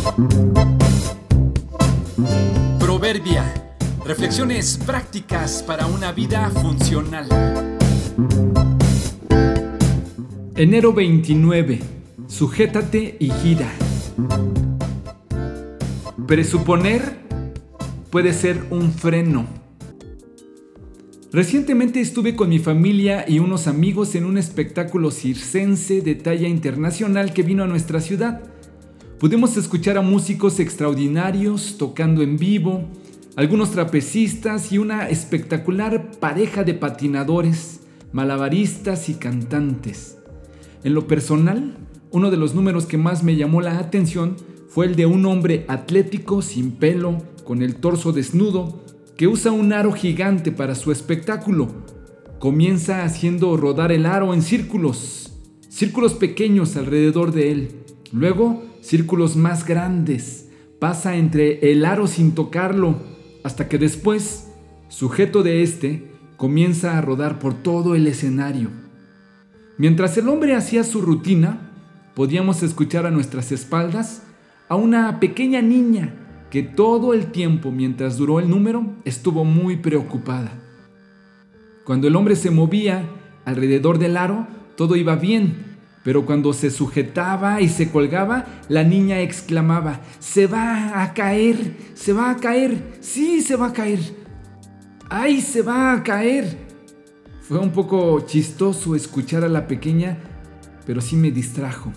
Proverbia. Reflexiones prácticas para una vida funcional. Enero 29. Sujétate y gira. Presuponer puede ser un freno. Recientemente estuve con mi familia y unos amigos en un espectáculo circense de talla internacional que vino a nuestra ciudad. Pudimos escuchar a músicos extraordinarios tocando en vivo, algunos trapecistas y una espectacular pareja de patinadores, malabaristas y cantantes. En lo personal, uno de los números que más me llamó la atención fue el de un hombre atlético, sin pelo, con el torso desnudo, que usa un aro gigante para su espectáculo. Comienza haciendo rodar el aro en círculos pequeños alrededor de él. Luego, círculos más grandes. Pasa entre el aro sin tocarlo, hasta que después, sujeto de este, comienza a rodar por todo el escenario. Mientras el hombre hacía su rutina, podíamos escuchar a nuestras espaldas a una pequeña niña que todo el tiempo mientras duró el número estuvo muy preocupada. Cuando el hombre se movía alrededor del aro, todo iba bien, pero cuando se sujetaba y se colgaba, la niña exclamaba: ¡Se va a caer! ¡Se va a caer! ¡Sí, se va a caer! ¡Ay, se va a caer! Fue un poco chistoso escuchar a la pequeña, pero sí me distrajo.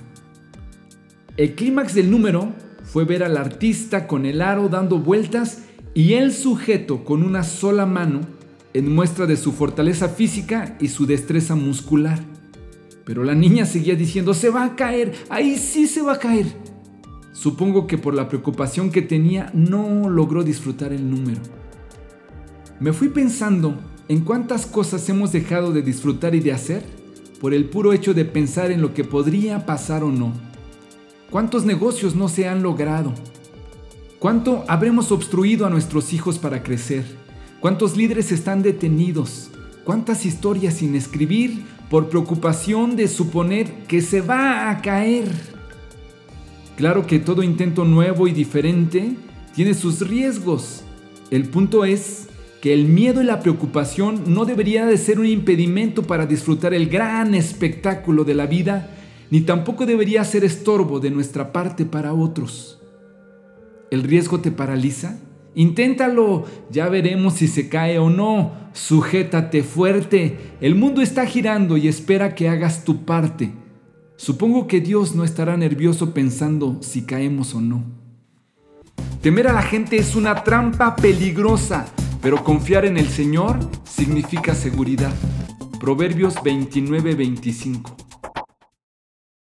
El clímax del número fue ver al artista con el aro dando vueltas y él sujeto con una sola mano, en muestra de su fortaleza física y su destreza muscular. Pero la niña seguía diciendo: ¡Se va a caer! ¡Ahí sí se va a caer! Supongo que por la preocupación que tenía no logró disfrutar el número. Me fui pensando en cuántas cosas hemos dejado de disfrutar y de hacer por el puro hecho de pensar en lo que podría pasar o no. ¿Cuántos negocios no se han logrado? ¿Cuánto habremos obstruido a nuestros hijos para crecer? ¿Cuántos líderes están detenidos? ¿Cuántas historias sin escribir por preocupación de suponer que se va a caer? Claro que todo intento nuevo y diferente tiene sus riesgos. El punto es que el miedo y la preocupación no debería de ser un impedimento para disfrutar el gran espectáculo de la vida, ni tampoco debería ser estorbo de nuestra parte para otros. ¿El riesgo te paraliza? Inténtalo, ya veremos si se cae o no. Sujétate fuerte, el mundo está girando y espera que hagas tu parte. Supongo que Dios no estará nervioso pensando si caemos o no. Temer a la gente es una trampa peligrosa, pero confiar en el Señor significa seguridad. Proverbios 29:25.